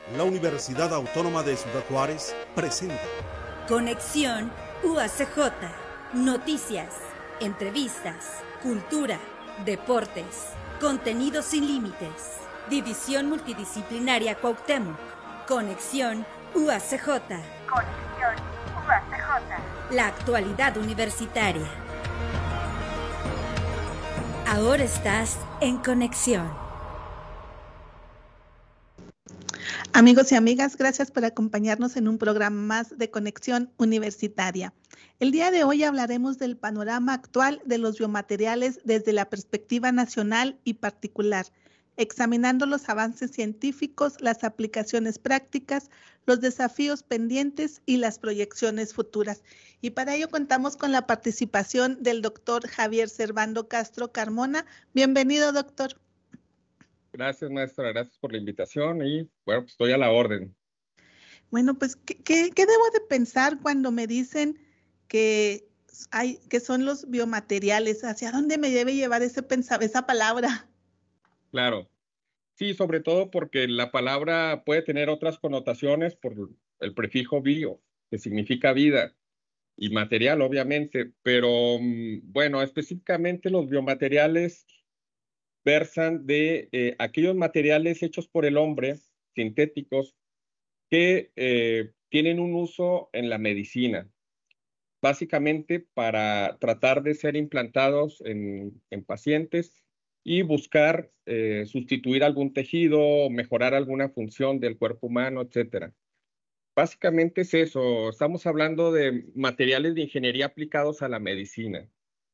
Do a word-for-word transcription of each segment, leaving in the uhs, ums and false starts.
La Universidad Autónoma de Ciudad Juárez presenta Conexión U A C J. Noticias, entrevistas, cultura, deportes, contenidos sin límites. División Multidisciplinaria Cuauhtémoc. Conexión U A C J. Conexión U A C J. La actualidad universitaria. Ahora estás en conexión. Amigos y amigas, gracias por acompañarnos en un programa más de Conexión Universitaria. El día de hoy hablaremos del panorama actual de los biomateriales desde la perspectiva nacional y particular, examinando los avances científicos, las aplicaciones prácticas, los desafíos pendientes y las proyecciones futuras. Y para ello contamos con la participación del doctor Javier Servando Castro Carmona. Bienvenido, doctor. Gracias, maestra, gracias por la invitación y bueno, pues estoy a la orden. Bueno, pues, ¿qué, qué, qué debo de pensar cuando me dicen que hay, que son los biomateriales? ¿Hacia dónde me debe llevar ese pensa, esa palabra? Claro, sí, sobre todo porque la palabra puede tener otras connotaciones por el prefijo bio, que significa vida, y material, obviamente, pero mm, bueno, específicamente los biomateriales versan de eh, aquellos materiales hechos por el hombre, sintéticos, que eh, tienen un uso en la medicina, básicamente para tratar de ser implantados en, en pacientes y buscar eh, sustituir algún tejido, mejorar alguna función del cuerpo humano, etcétera. Básicamente es eso, estamos hablando de materiales de ingeniería aplicados a la medicina.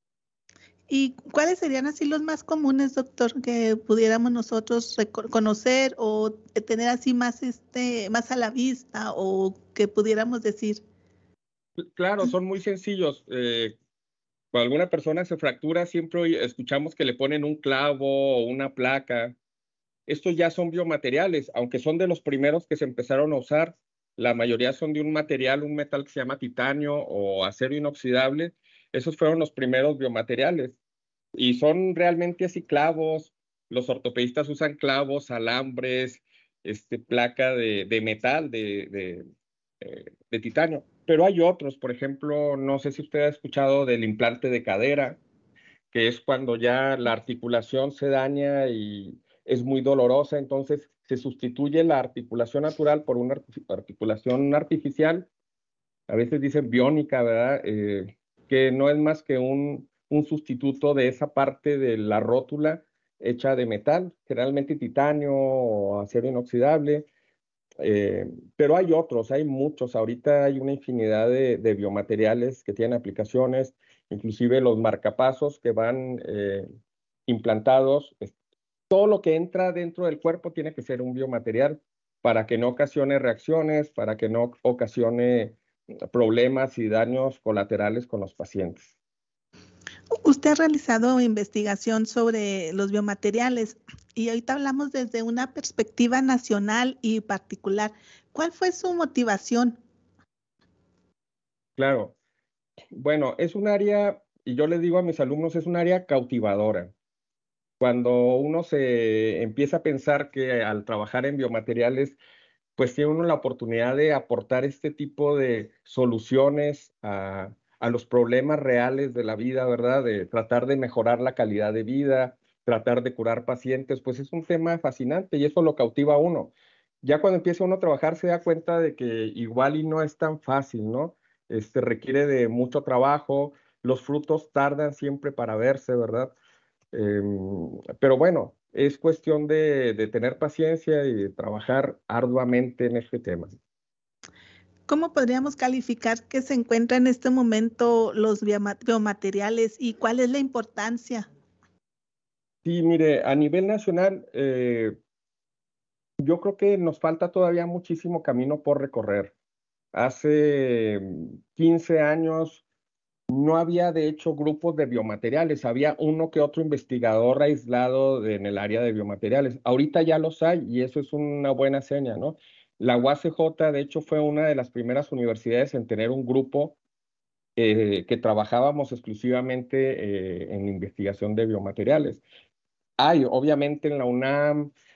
¿Y cuáles serían así los más comunes, doctor, que pudiéramos nosotros conocer o tener así más, este, más a la vista o que pudiéramos decir? Claro, son muy sencillos. Eh, cuando alguna persona se fractura, siempre escuchamos que le ponen un clavo o una placa. Estos ya son biomateriales, aunque son de los primeros que se empezaron a usar. La mayoría son de un material, un metal que se llama titanio o acero inoxidable. Esos fueron los primeros biomateriales. Y son realmente así clavos. Los ortopedistas usan clavos, alambres, este, placa de, de metal, de, de, eh, de titanio. Pero hay otros, por ejemplo, no sé si usted ha escuchado del implante de cadera, que es cuando ya la articulación se daña y es muy dolorosa, entonces se sustituye la articulación natural por una articulación artificial, a veces dicen biónica, ¿verdad? Eh, que no es más que un, un sustituto de esa parte de la rótula hecha de metal, generalmente titanio o acero inoxidable. Eh, pero hay otros, hay muchos. Ahorita hay una infinidad de, de biomateriales que tienen aplicaciones, inclusive los marcapasos que van eh, implantados. Todo lo que entra dentro del cuerpo tiene que ser un biomaterial para que no ocasione reacciones, para que no ocasione problemas y daños colaterales con los pacientes. Usted ha realizado investigación sobre los biomateriales y ahorita hablamos desde una perspectiva nacional y particular. ¿Cuál fue su motivación? Claro, bueno, es un área, y yo les digo a mis alumnos, es un área cautivadora. Cuando uno se empieza a pensar que al trabajar en biomateriales, pues tiene uno la oportunidad de aportar este tipo de soluciones a, a los problemas reales de la vida, ¿verdad? De tratar de mejorar la calidad de vida, tratar de curar pacientes, pues es un tema fascinante y eso lo cautiva a uno. Ya cuando empieza uno a trabajar se da cuenta de que igual y no es tan fácil, ¿no? Este requiere de mucho trabajo, los frutos tardan siempre para verse, ¿verdad? Eh, pero bueno, es cuestión de, de tener paciencia y de trabajar arduamente en este tema. ¿Cómo podríamos calificar que se encuentra en este momento los biomateriales y cuál es la importancia? Sí, mire, a nivel nacional, eh, yo creo que nos falta todavía muchísimo camino por recorrer. Hace quince años no había, de hecho, grupos de biomateriales. Había uno que otro investigador aislado de- en el área de biomateriales. Ahorita ya los hay y eso es una buena seña, ¿no? La U A C J, de hecho, fue una de las primeras universidades en tener un grupo eh, que trabajábamos exclusivamente eh, en investigación de biomateriales. Hay, obviamente, en la UNAM,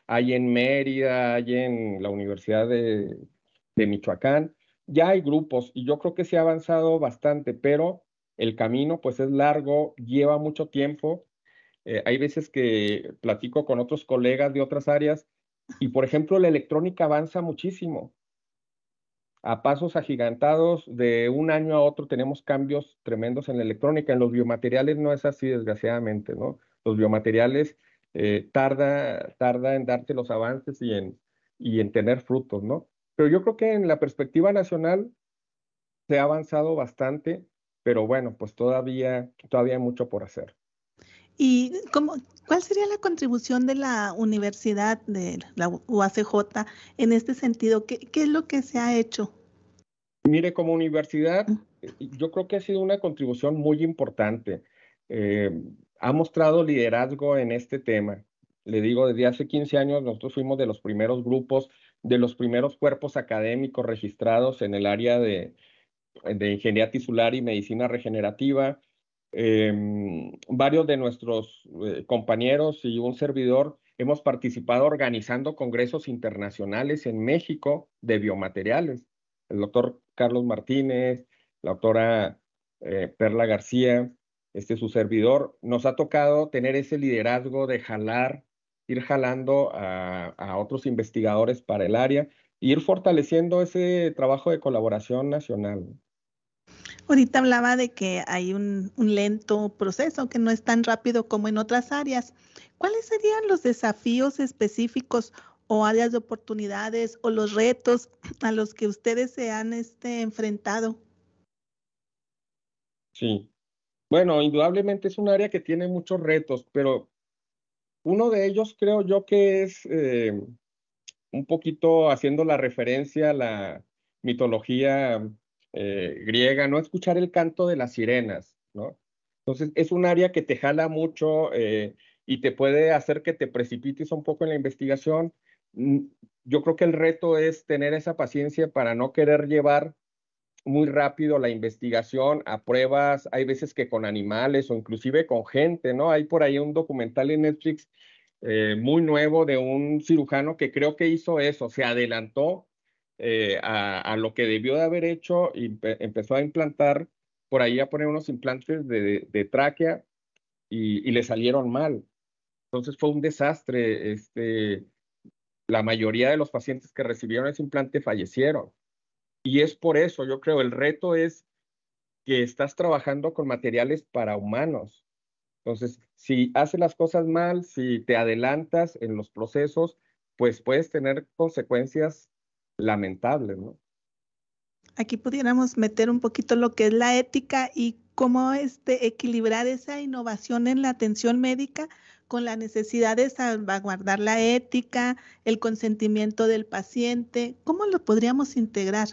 hay en Mérida, hay en la Universidad de, de Michoacán, ya hay grupos y yo creo que se ha avanzado bastante, pero el camino pues es largo, lleva mucho tiempo. Eh, hay veces que platico con otros colegas de otras áreas y, por ejemplo, la electrónica avanza muchísimo a pasos agigantados. De un año a otro tenemos cambios tremendos en la electrónica. En los biomateriales no es así, desgraciadamente, ¿no? Los biomateriales eh, tarda, tarda en darte los avances y en, y en tener frutos, ¿no? Pero yo creo que en la perspectiva nacional se ha avanzado bastante, pero bueno, pues todavía, todavía hay mucho por hacer. ¿Y cómo, cuál sería la contribución de la universidad, de la U A C J, en este sentido? ¿Qué, qué es lo que se ha hecho? Mire, como universidad, eh, yo creo que ha sido una contribución muy importante. Eh, ha mostrado liderazgo en este tema. Le digo, desde hace quince años nosotros fuimos de los primeros grupos, de los primeros cuerpos académicos registrados en el área de, de ingeniería tisular y medicina regenerativa. Eh, Varios de nuestros eh, compañeros y un servidor hemos participado organizando congresos internacionales en México de biomateriales. El doctor Carlos Martínez, la doctora eh, Perla García, este su servidor, nos ha tocado tener ese liderazgo de jalar, ir jalando a, a otros investigadores para el área e ir fortaleciendo ese trabajo de colaboración nacional. Ahorita hablaba de que hay un, un lento proceso, que no es tan rápido como en otras áreas. ¿Cuáles serían los desafíos específicos o áreas de oportunidades o los retos a los que ustedes se han este, enfrentado? Sí, bueno, indudablemente es un área que tiene muchos retos, pero uno de ellos creo yo que es eh, un poquito haciendo la referencia a la mitología eh, griega, no escuchar el canto de las sirenas, ¿no? Entonces, es un área que te jala mucho eh, y te puede hacer que te precipites un poco en la investigación. Mm, Yo creo que el reto es tener esa paciencia para no querer llevar muy rápido la investigación a pruebas, hay veces que con animales o inclusive con gente, ¿no? Hay por ahí un documental en Netflix eh, muy nuevo de un cirujano que creo que hizo eso, se adelantó eh, a, a, lo que debió de haber hecho y empe empezó a implantar, por ahí a poner unos implantes de, de, de tráquea y, y le salieron mal. Entonces fue un desastre. Este, la mayoría de los pacientes que recibieron ese implante fallecieron. Y es por eso, yo creo, el reto es que estás trabajando con materiales para humanos. Entonces, si haces las cosas mal, si te adelantas en los procesos, pues puedes tener consecuencias lamentables, ¿no? Aquí pudiéramos meter un poquito lo que es la ética y cómo este, equilibrar esa innovación en la atención médica con la necesidad de salvaguardar la ética, el consentimiento del paciente. ¿Cómo lo podríamos integrar?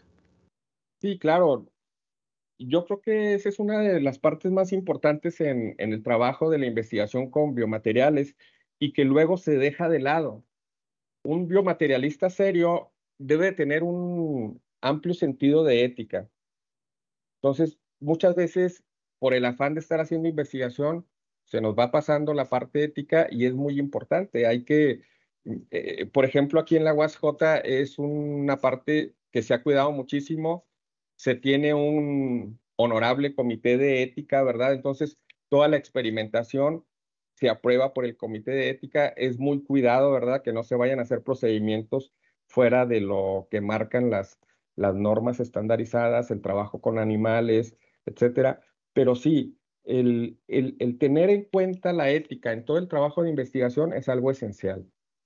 Sí, claro. Yo creo que esa es una de las partes más importantes en, en el trabajo de la investigación con biomateriales y que luego se deja de lado. Un biomaterialista serio debe tener un amplio sentido de ética. Entonces, muchas veces, por el afán de estar haciendo investigación, se nos va pasando la parte ética y es muy importante. Hay que, eh, por ejemplo, aquí en la U A S J es una parte que se ha cuidado muchísimo. Se tiene un honorable comité de ética, ¿verdad? Entonces, toda la experimentación se aprueba por el comité de ética. Es muy cuidado, ¿verdad? Que no se vayan a hacer procedimientos fuera de lo que marcan las las normas estandarizadas, el trabajo con animales, etcétera. Pero sí, el, el, el tener en cuenta la ética en todo el trabajo de investigación es algo esencial.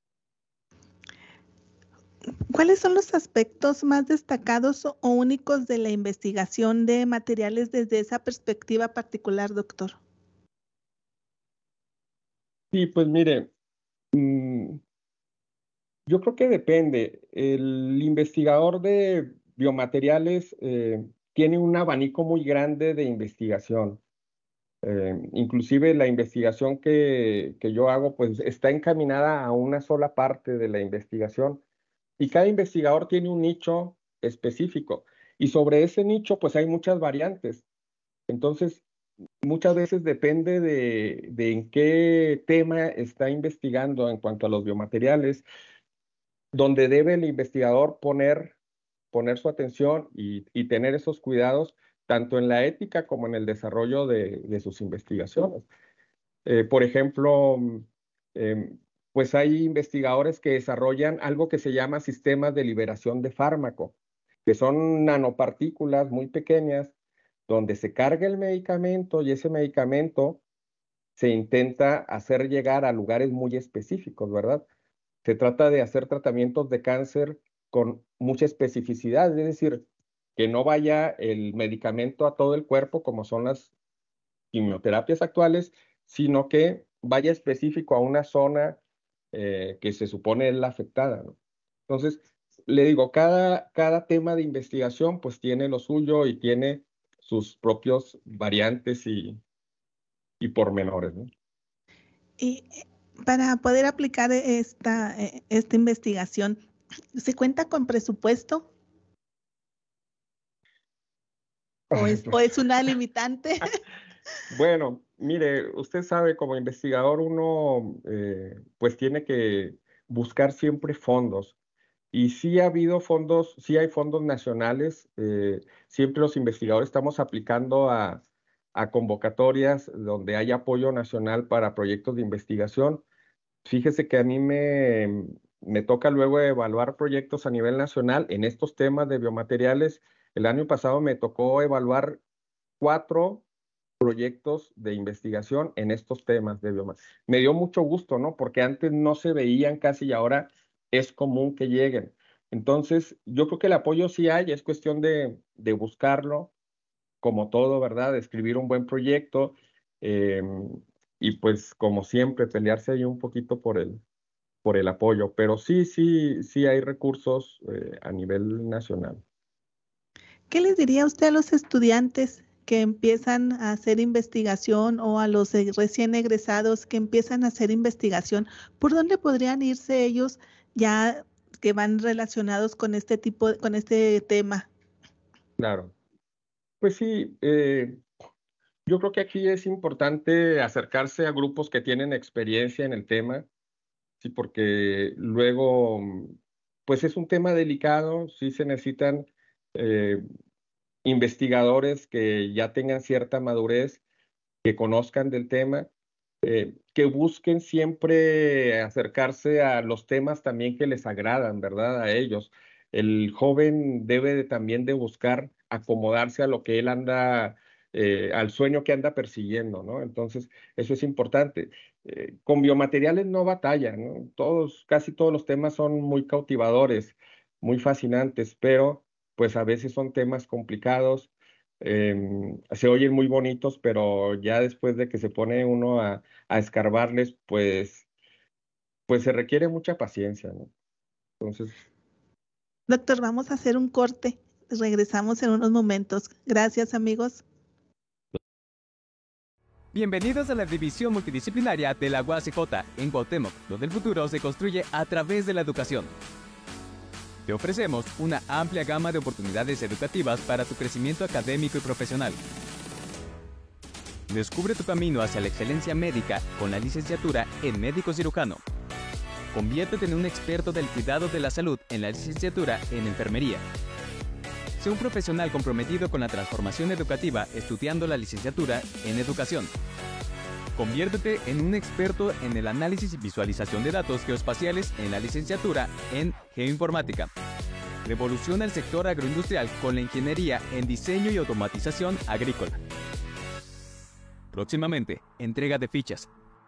¿Cuáles son los aspectos más destacados o únicos de la investigación de materiales desde esa perspectiva particular, doctor? Sí, pues mire, mmm, yo creo que depende. El investigador de biomateriales eh, tiene un abanico muy grande de investigación. Eh, inclusive la investigación que, que yo hago, pues está encaminada a una sola parte de la investigación y cada investigador tiene un nicho específico y sobre ese nicho, pues hay muchas variantes. Entonces, muchas veces depende de, de en qué tema está investigando en cuanto a los biomateriales, donde debe el investigador poner, poner su atención y, y tener esos cuidados, tanto en la ética como en el desarrollo de, de sus investigaciones. Eh, por ejemplo, eh, pues hay investigadores que desarrollan algo que se llama sistemas de liberación de fármaco, que son nanopartículas muy pequeñas, donde se carga el medicamento y ese medicamento se intenta hacer llegar a lugares muy específicos, ¿verdad? Se trata de hacer tratamientos de cáncer con mucha especificidad, es decir, que no vaya el medicamento a todo el cuerpo como son las quimioterapias actuales, sino que vaya específico a una zona eh, que se supone es la afectada, ¿no? Entonces, le digo, cada, cada tema de investigación pues tiene lo suyo y tiene sus propios variantes y, y pormenores, ¿no? Y para poder aplicar esta, esta investigación, ¿se cuenta con presupuesto? ¿O es, o es una limitante? Bueno, mire, usted sabe, como investigador uno eh, pues tiene que buscar siempre fondos. Y sí ha habido fondos, sí hay fondos nacionales. Eh, siempre los investigadores estamos aplicando a, a convocatorias donde hay apoyo nacional para proyectos de investigación. Fíjese que a mí me, me toca luego evaluar proyectos a nivel nacional en estos temas de biomateriales. El año pasado me tocó evaluar cuatro proyectos de investigación en estos temas de biomateriales. Me dio mucho gusto, ¿no? Porque antes no se veían casi y ahora es común que lleguen. Entonces, yo creo que el apoyo sí hay, es cuestión de, de buscarlo, como todo, ¿verdad? De escribir un buen proyecto eh, y pues como siempre pelearse ahí un poquito por el, por el apoyo. Pero sí, sí, sí hay recursos eh, a nivel nacional. ¿Qué les diría usted a los estudiantes que empiezan a hacer investigación o a los recién egresados que empiezan a hacer investigación? ¿Por dónde podrían irse ellos ya que van relacionados con este tipo, con este tema? Claro. Pues sí, eh, yo creo que aquí es importante acercarse a grupos que tienen experiencia en el tema, sí, porque luego, pues es un tema delicado, sí se necesitan eh, investigadores que ya tengan cierta madurez, que conozcan del tema, eh, que busquen siempre acercarse a los temas también que les agradan, ¿verdad? A ellos. El joven debe de, también de buscar acomodarse a lo que él anda, eh, al sueño que anda persiguiendo, ¿no? Entonces, eso es importante. Eh, con biomateriales no batalla, ¿no? Todos, casi todos los temas son muy cautivadores, muy fascinantes, pero pues a veces son temas complicados. Eh, se oyen muy bonitos, pero ya después de que se pone uno a, a escarbarles, pues, pues se requiere mucha paciencia, ¿no? Entonces, Doctor, vamos a hacer un corte. Regresamos en unos momentos. Gracias, amigos. Bienvenidos a la división multidisciplinaria de la U A C J en Cuauhtémoc, donde el futuro se construye a través de la educación. Te ofrecemos una amplia gama de oportunidades educativas para tu crecimiento académico y profesional. Descubre tu camino hacia la excelencia médica con la licenciatura en médico cirujano. Conviértete en un experto del cuidado de la salud en la licenciatura en enfermería. Sé un profesional comprometido con la transformación educativa estudiando la licenciatura en educación. Conviértete en un experto en el análisis y visualización de datos geoespaciales en la licenciatura en Geoinformática. Revoluciona el sector agroindustrial con la ingeniería en diseño y automatización agrícola. Próximamente, entrega de fichas.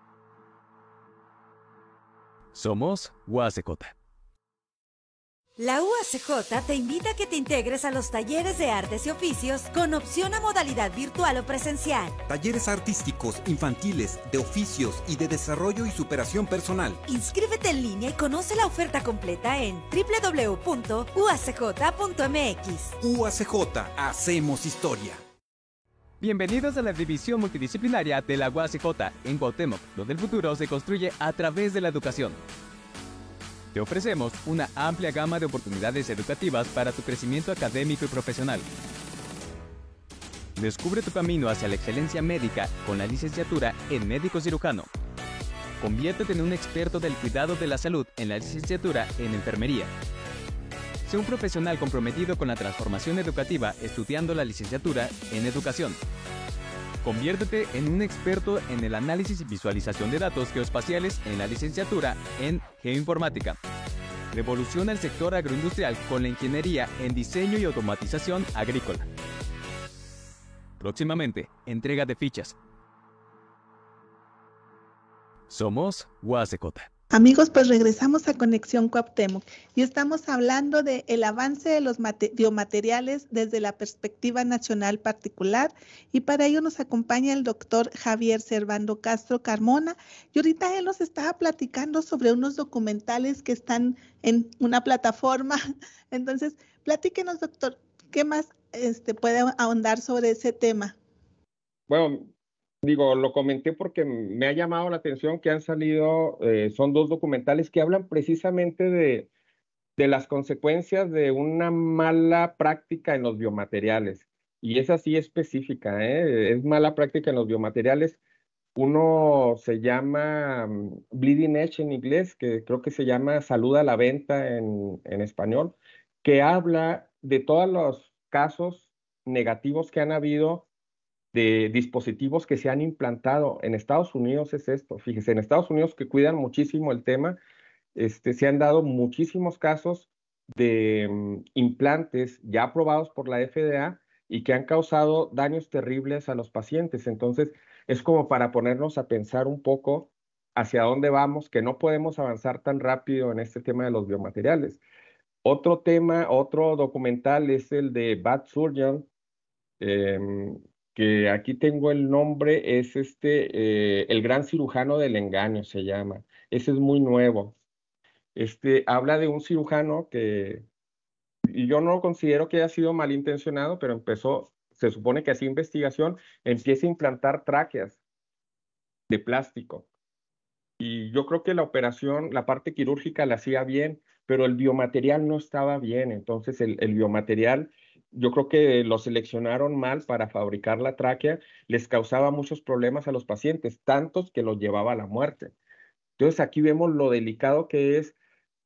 Somos U A C J. La U A C J te invita a que te integres a los talleres de artes y oficios con opción a modalidad virtual o presencial. Talleres artísticos, infantiles, de oficios y de desarrollo y superación personal. Inscríbete en línea y conoce la oferta completa en doble u doble u doble u punto u a c j punto m x. U A C J, hacemos historia. Bienvenidos a la división multidisciplinaria de la U A C J en Cuauhtémoc, donde el futuro se construye a través de la educación. Te ofrecemos una amplia gama de oportunidades educativas para tu crecimiento académico y profesional. Descubre tu camino hacia la excelencia médica con la licenciatura en médico cirujano. Conviértete en un experto del cuidado de la salud en la licenciatura en enfermería. Sé un profesional comprometido con la transformación educativa estudiando la licenciatura en educación. Conviértete en un experto en el análisis y visualización de datos geoespaciales en la licenciatura en geoinformática. Revoluciona el sector agroindustrial con la ingeniería en diseño y automatización agrícola. Próximamente, entrega de fichas. Somos U A C J. Amigos, pues regresamos a Conexión Cuauhtémoc y estamos hablando de el avance de los biomateriales desde la perspectiva nacional particular, y para ello nos acompaña el doctor Javier Servando Castro Carmona, y ahorita él nos estaba platicando sobre unos documentales que están en una plataforma. Entonces, platíquenos, doctor, ¿qué más este, puede ahondar sobre ese tema? Bueno, digo, lo comenté porque me ha llamado la atención que han salido, eh, son dos documentales que hablan precisamente de, de las consecuencias de una mala práctica en los biomateriales. Y es así específica, ¿eh? Es mala práctica en los biomateriales. Uno se llama um, Bleeding Edge en inglés, que creo que se llama Salud a la Venta en, en español, que habla de todos los casos negativos que han habido de dispositivos que se han implantado. En Estados Unidos es esto, fíjese, en Estados Unidos, que cuidan muchísimo el tema, este, se han dado muchísimos casos de um, implantes ya aprobados por la F D A y que han causado daños terribles a los pacientes. Entonces, es como para ponernos a pensar un poco hacia dónde vamos, que no podemos avanzar tan rápido en este tema de los biomateriales. Otro tema, otro documental es el de Bad Surgeon, eh, que aquí tengo el nombre, es este, eh, El Gran Cirujano del Engaño se llama. Ese es muy nuevo. Este, habla de un cirujano que, y yo no considero que haya sido malintencionado, pero empezó, se supone que hacía investigación, empieza a implantar tráqueas de plástico. Y yo creo que la operación, la parte quirúrgica la hacía bien, pero el biomaterial no estaba bien. Entonces el, el biomaterial, yo creo que lo seleccionaron mal para fabricar la tráquea, les causaba muchos problemas a los pacientes, tantos que los llevaba a la muerte. Entonces aquí vemos lo delicado que es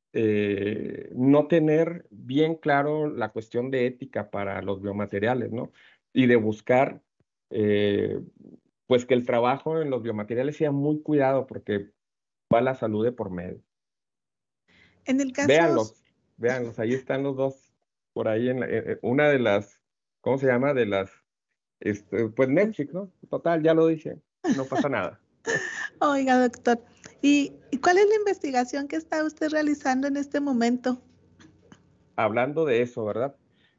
eh, no tener bien claro la cuestión de ética para los biomateriales, ¿no? Y de buscar, eh, pues que el trabajo en los biomateriales sea muy cuidado, porque va la salud de por medio. En el caso... Véanlos, véanlos, ahí están los dos, por ahí en la, eh, una de las, ¿cómo se llama? De las, este, pues Netflix, ¿no? Total, ya lo dije, no pasa nada. Oiga, doctor, ¿y, ¿y cuál es la investigación que está usted realizando en este momento? Hablando de eso, ¿verdad?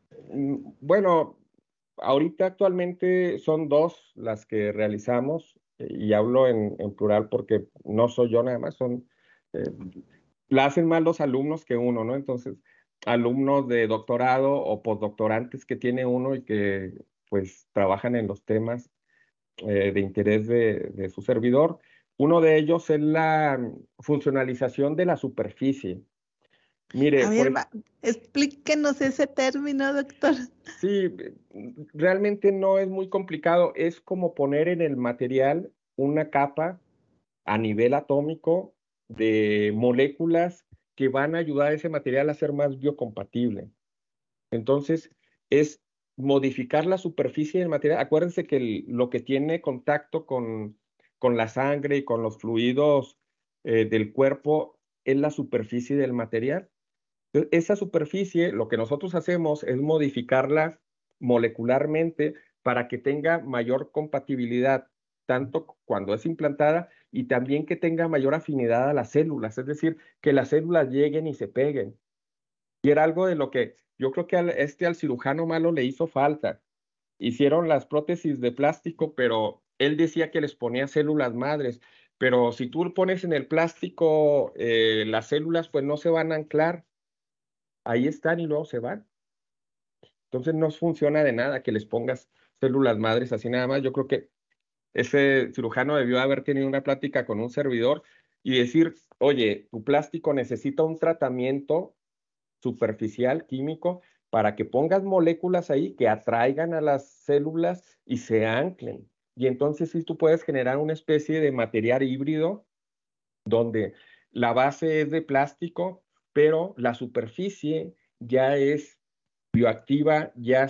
Bueno, ahorita actualmente son dos las que realizamos, y hablo en, en plural porque no soy yo nada más, son, eh, la hacen más los alumnos que uno, ¿no? Entonces, alumnos de doctorado o postdoctorantes que tiene uno y que pues trabajan en los temas eh, de interés de, de su servidor. Uno de ellos es la funcionalización de la superficie. Mire, A ver, por, va, explíquenos ese término, doctor. sí, realmente no es muy complicado. Es como poner en el material una capa a nivel atómico de moléculas que van a ayudar a ese material a ser más biocompatible. Entonces, es modificar la superficie del material. Acuérdense que el, lo que tiene contacto con, con la sangre y con los fluidos eh, del cuerpo es la superficie del material. Entonces, esa superficie, lo que nosotros hacemos es modificarla molecularmente para que tenga mayor compatibilidad, tanto cuando es implantada y también que tenga mayor afinidad a las células, es decir, que las células lleguen y se peguen. Y era algo de lo que yo creo que al, este al cirujano malo le hizo falta. Hicieron las prótesis de plástico, pero él decía que les ponía células madres. Pero si tú pones en el plástico eh, las células, pues no se van a anclar. Ahí están y luego se van. Entonces no funciona de nada que les pongas células madres así nada más. Yo creo que ese cirujano debió haber tenido una plática con un servidor y decir, oye, tu plástico necesita un tratamiento superficial, químico, para que pongas moléculas ahí que atraigan a las células y se anclen. Y entonces sí tú puedes generar una especie de material híbrido donde la base es de plástico, pero la superficie ya es bioactiva, ya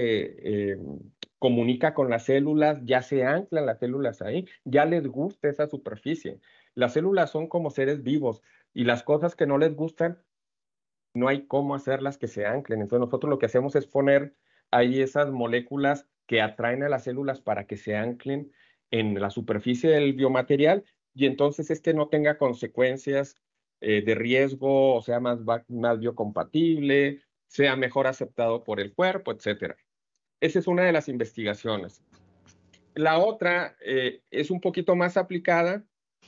se eh, comunica con las células, ya se anclan las células ahí, ya les gusta esa superficie. Las células son como seres vivos y las cosas que no les gustan, no hay cómo hacerlas que se anclen. Entonces nosotros lo que hacemos es poner ahí esas moléculas que atraen a las células para que se anclen en la superficie del biomaterial y entonces este no tenga consecuencias eh, de riesgo, o sea, más, más biocompatible, sea mejor aceptado por el cuerpo, etcétera. Esa es una de las investigaciones. La otra eh, es un poquito más aplicada,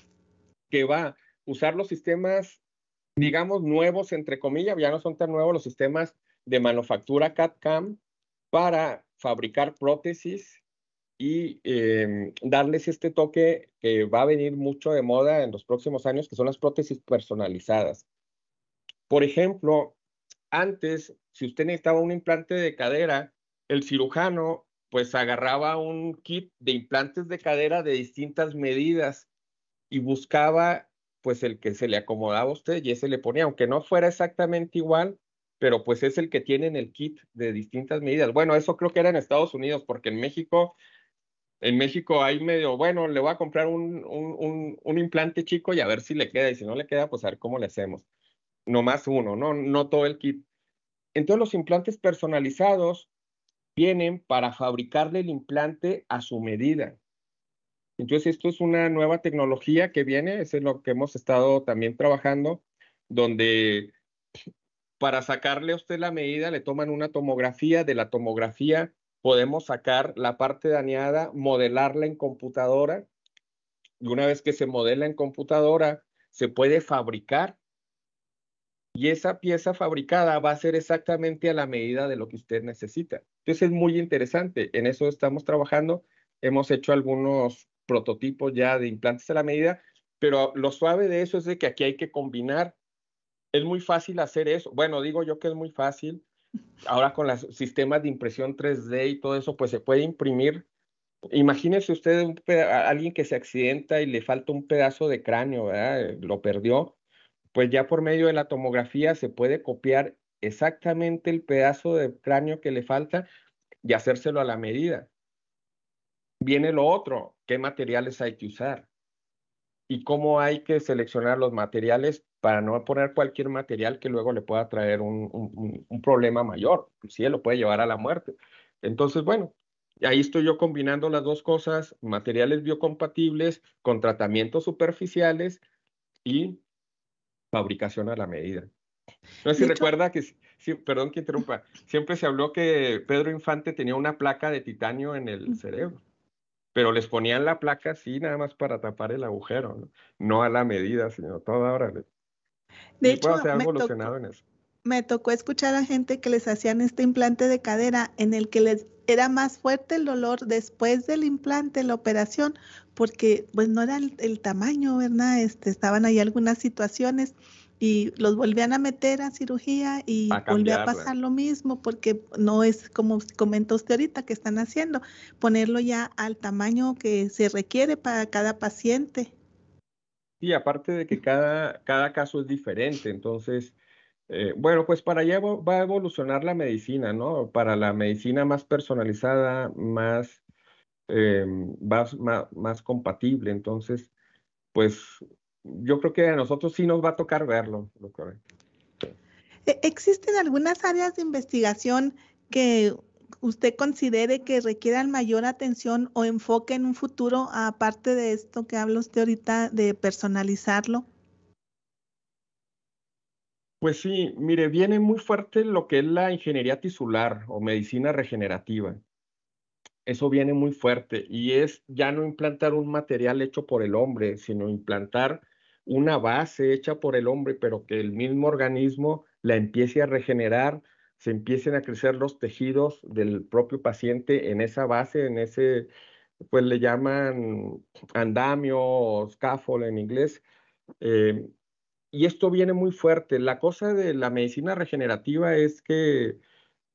que va a usar los sistemas, digamos, nuevos, entre comillas, ya no son tan nuevos los sistemas de manufactura C A D/C A M para fabricar prótesis y eh, darles este toque que va a venir mucho de moda en los próximos años, que son las prótesis personalizadas. Por ejemplo, antes, si usted necesitaba un implante de cadera, el cirujano pues agarraba un kit de implantes de cadera de distintas medidas y buscaba pues el que se le acomodaba a usted y ese le ponía, aunque no fuera exactamente igual, pero pues es el que tiene en el kit de distintas medidas. Bueno, eso creo que era en Estados Unidos, porque en México, en México hay medio, bueno, le voy a comprar un, un, un, un implante chico y a ver si le queda, y si no le queda, pues a ver cómo le hacemos. Nomás uno, no, no todo el kit. Entonces los implantes personalizados vienen para fabricarle el implante a su medida. Entonces esto es una nueva tecnología que viene, es en lo que hemos estado también trabajando, donde para sacarle a usted la medida le toman una tomografía, de la tomografía podemos sacar la parte dañada, modelarla en computadora, y una vez que se modela en computadora, se puede fabricar, y esa pieza fabricada va a ser exactamente a la medida de lo que usted necesita. Entonces es muy interesante, en eso estamos trabajando, hemos hecho algunos prototipos ya de implantes a la medida, pero lo suave de eso es de que aquí hay que combinar. Es muy fácil hacer eso. Bueno, digo yo que es muy fácil. Ahora con los sistemas de impresión tres D y todo eso, pues se puede imprimir. Imagínese usted un a alguien que se accidenta y le falta un pedazo de cráneo, ¿verdad? Lo perdió. Pues ya por medio de la tomografía se puede copiar exactamente el pedazo de cráneo que le falta y hacérselo a la medida. Viene lo otro, ¿qué materiales hay que usar? Y cómo hay que seleccionar los materiales para no poner cualquier material que luego le pueda traer un, un, un problema mayor, si él lo puede llevar a la muerte. Entonces, bueno, ahí estoy yo combinando las dos cosas, materiales biocompatibles con tratamientos superficiales y fabricación a la medida. No sé si De hecho, recuerda que, sí, perdón que interrumpa, siempre se habló que Pedro Infante tenía una placa de titanio en el cerebro, pero les ponían la placa así nada más para tapar el agujero, ¿no? No a la medida, sino toda hora. de Y hecho, puedo ser me evolucionado tocó, en eso. me tocó escuchar a gente que les hacían este implante de cadera en el que les era más fuerte el dolor después del implante, la operación, porque pues no era el, el tamaño, ¿verdad? Este, estaban ahí algunas situaciones y los volvían a meter a cirugía y A volvió a cambiarla. pasar lo mismo porque no es como comenta usted ahorita que están haciendo, ponerlo ya al tamaño que se requiere para cada paciente. Y aparte de que cada, cada caso es diferente, entonces, eh, bueno, pues para allá va va a evolucionar la medicina, ¿no? Para la medicina más personalizada, más, eh, más, más, más compatible. Entonces, pues yo creo que a nosotros sí nos va a tocar verlo, doctora. E- ¿Existen algunas áreas de investigación que usted considere que requieran mayor atención o enfoque en un futuro, aparte de esto que habla usted ahorita de personalizarlo? Pues sí, mire, viene muy fuerte lo que es la ingeniería tisular o medicina regenerativa. Eso viene muy fuerte y es ya no implantar un material hecho por el hombre, sino implantar una base hecha por el hombre, pero que el mismo organismo la empiece a regenerar, se empiecen a crecer los tejidos del propio paciente en esa base, en ese, pues le llaman andamio o scaffold en inglés. eh, y esto viene muy fuerte. La cosa de la medicina regenerativa es que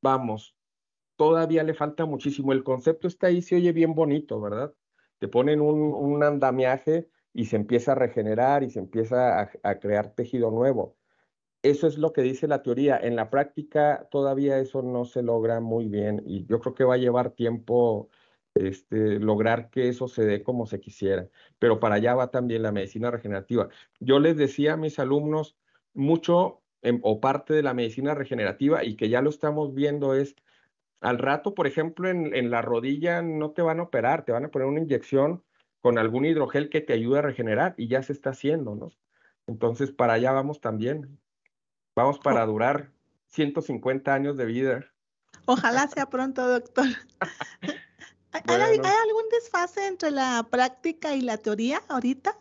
vamos, todavía le falta muchísimo. El concepto está ahí, se oye bien bonito, ¿verdad? Te ponen un, un andamiaje y se empieza a regenerar y se empieza a, a crear tejido nuevo. Eso es lo que dice la teoría. En la práctica todavía eso no se logra muy bien y yo creo que va a llevar tiempo este, lograr que eso se dé como se quisiera. Pero para allá va también la medicina regenerativa. Yo les decía a mis alumnos mucho en, o parte de la medicina regenerativa y que ya lo estamos viendo es al rato, por ejemplo, en, en la rodilla no te van a operar, te van a poner una inyección con algún hidrogel que te ayude a regenerar y ya se está haciendo, ¿no? Entonces, para allá vamos también. Vamos para durar ciento cincuenta años de vida. Ojalá sea pronto, doctor. ¿Hay, Bueno. ¿Hay algún desfase entre la práctica y la teoría ahorita?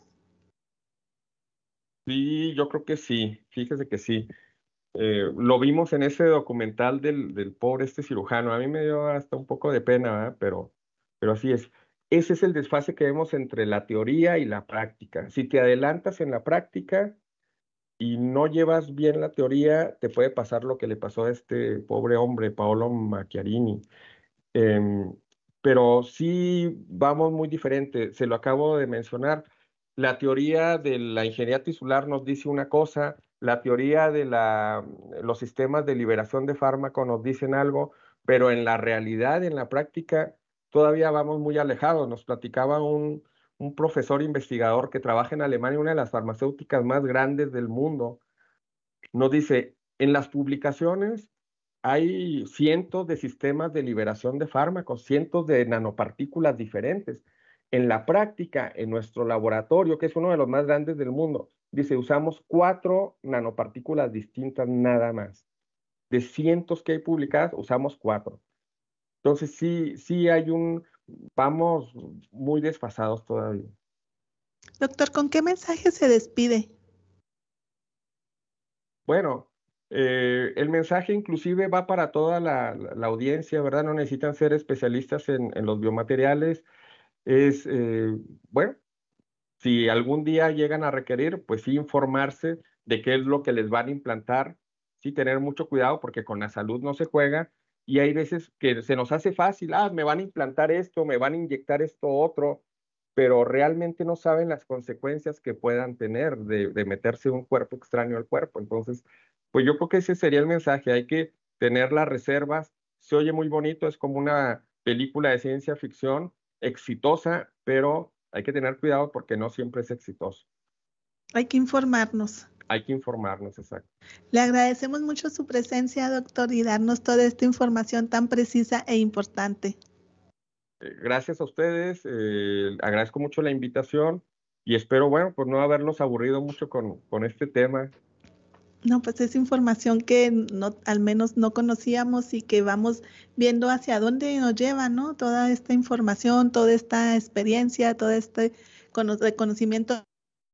Sí, yo creo que sí, fíjese que sí. Eh, lo vimos en ese documental del, del pobre este cirujano. A mí me dio hasta un poco de pena, ¿verdad? Pero, pero así es. Ese es el desfase que vemos entre la teoría y la práctica. Si te adelantas en la práctica y no llevas bien la teoría, te puede pasar lo que le pasó a este pobre hombre, Paolo Macchiarini. Em, pero sí vamos muy diferente. Se lo acabo de mencionar. La teoría de la ingeniería tisular nos dice una cosa, la teoría de la, los sistemas de liberación de fármaco nos dicen algo, pero en la realidad, en la práctica, todavía vamos muy alejados. Nos platicaba un, un profesor investigador que trabaja en Alemania, una de las farmacéuticas más grandes del mundo. Nos dice, en las publicaciones hay cientos de sistemas de liberación de fármacos, cientos de nanopartículas diferentes. En la práctica, en nuestro laboratorio, que es uno de los más grandes del mundo, dice, usamos cuatro nanopartículas distintas nada más. De cientos que hay publicadas, usamos cuatro. Entonces, sí, sí hay un, vamos muy desfasados todavía. Doctor, ¿con qué mensaje se despide? Bueno, eh, el mensaje inclusive va para toda la, la, la audiencia, ¿verdad? No necesitan ser especialistas en, en los biomateriales. Es, eh, bueno, si algún día llegan a requerir, pues sí informarse de qué es lo que les van a implantar, sí tener mucho cuidado porque con la salud no se juega y hay veces que se nos hace fácil, ah, me van a implantar esto, me van a inyectar esto otro, pero realmente no saben las consecuencias que puedan tener de, de meterse un cuerpo extraño al cuerpo. Entonces, pues yo creo que ese sería el mensaje, hay que tener las reservas, se oye muy bonito, es como una película de ciencia ficción exitosa, pero hay que tener cuidado porque no siempre es exitoso. Hay que informarnos. Hay que informarnos, exacto. Le agradecemos mucho su presencia, doctor, y darnos toda esta información tan precisa e importante. Gracias a ustedes, eh, agradezco mucho la invitación y espero, bueno, pues no haberlos aburrido mucho con, con este tema. No, pues es información que no, al menos no conocíamos y que vamos viendo hacia dónde nos lleva, ¿no? Toda esta información, toda esta experiencia, todo este conocimiento.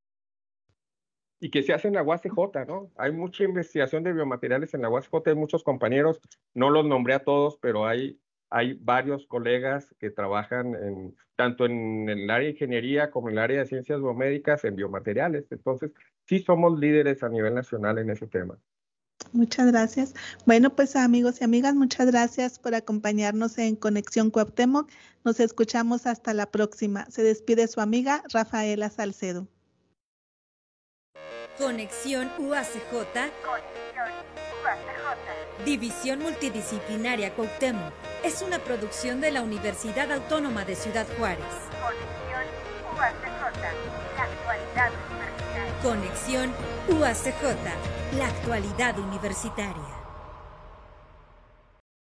Y que se hace en la U A C J, ¿no? Hay mucha investigación de biomateriales en la U A C J, hay muchos compañeros, no los nombré a todos, pero hay Hay varios colegas que trabajan en, tanto en el área de ingeniería como en el área de ciencias biomédicas en biomateriales. Entonces, sí somos líderes a nivel nacional en ese tema. Muchas gracias. Bueno, pues amigos y amigas, muchas gracias por acompañarnos en Conexión Cuauhtémoc. Nos escuchamos hasta la próxima. Se despide su amiga Rafaela Salcedo. Conexión U A C J. División Multidisciplinaria Cuauhtémoc. Es una producción de la Universidad Autónoma de Ciudad Juárez. Conexión U A C J, la actualidad universitaria. Conexión U A C J, la actualidad universitaria.